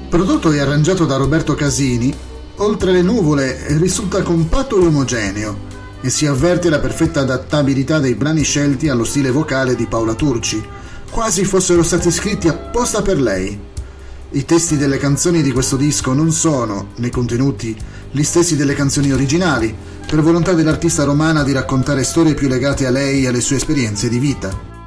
Prodotto e arrangiato da Roberto Casini, Oltre le nuvole risulta compatto e omogeneo e si avverte la perfetta adattabilità dei brani scelti allo stile vocale di Paola Turci, quasi fossero stati scritti apposta per lei. I testi delle canzoni di questo disco non sono, nei contenuti, gli stessi delle canzoni originali, per volontà dell'artista romana di raccontare storie più legate a lei e alle sue esperienze di vita.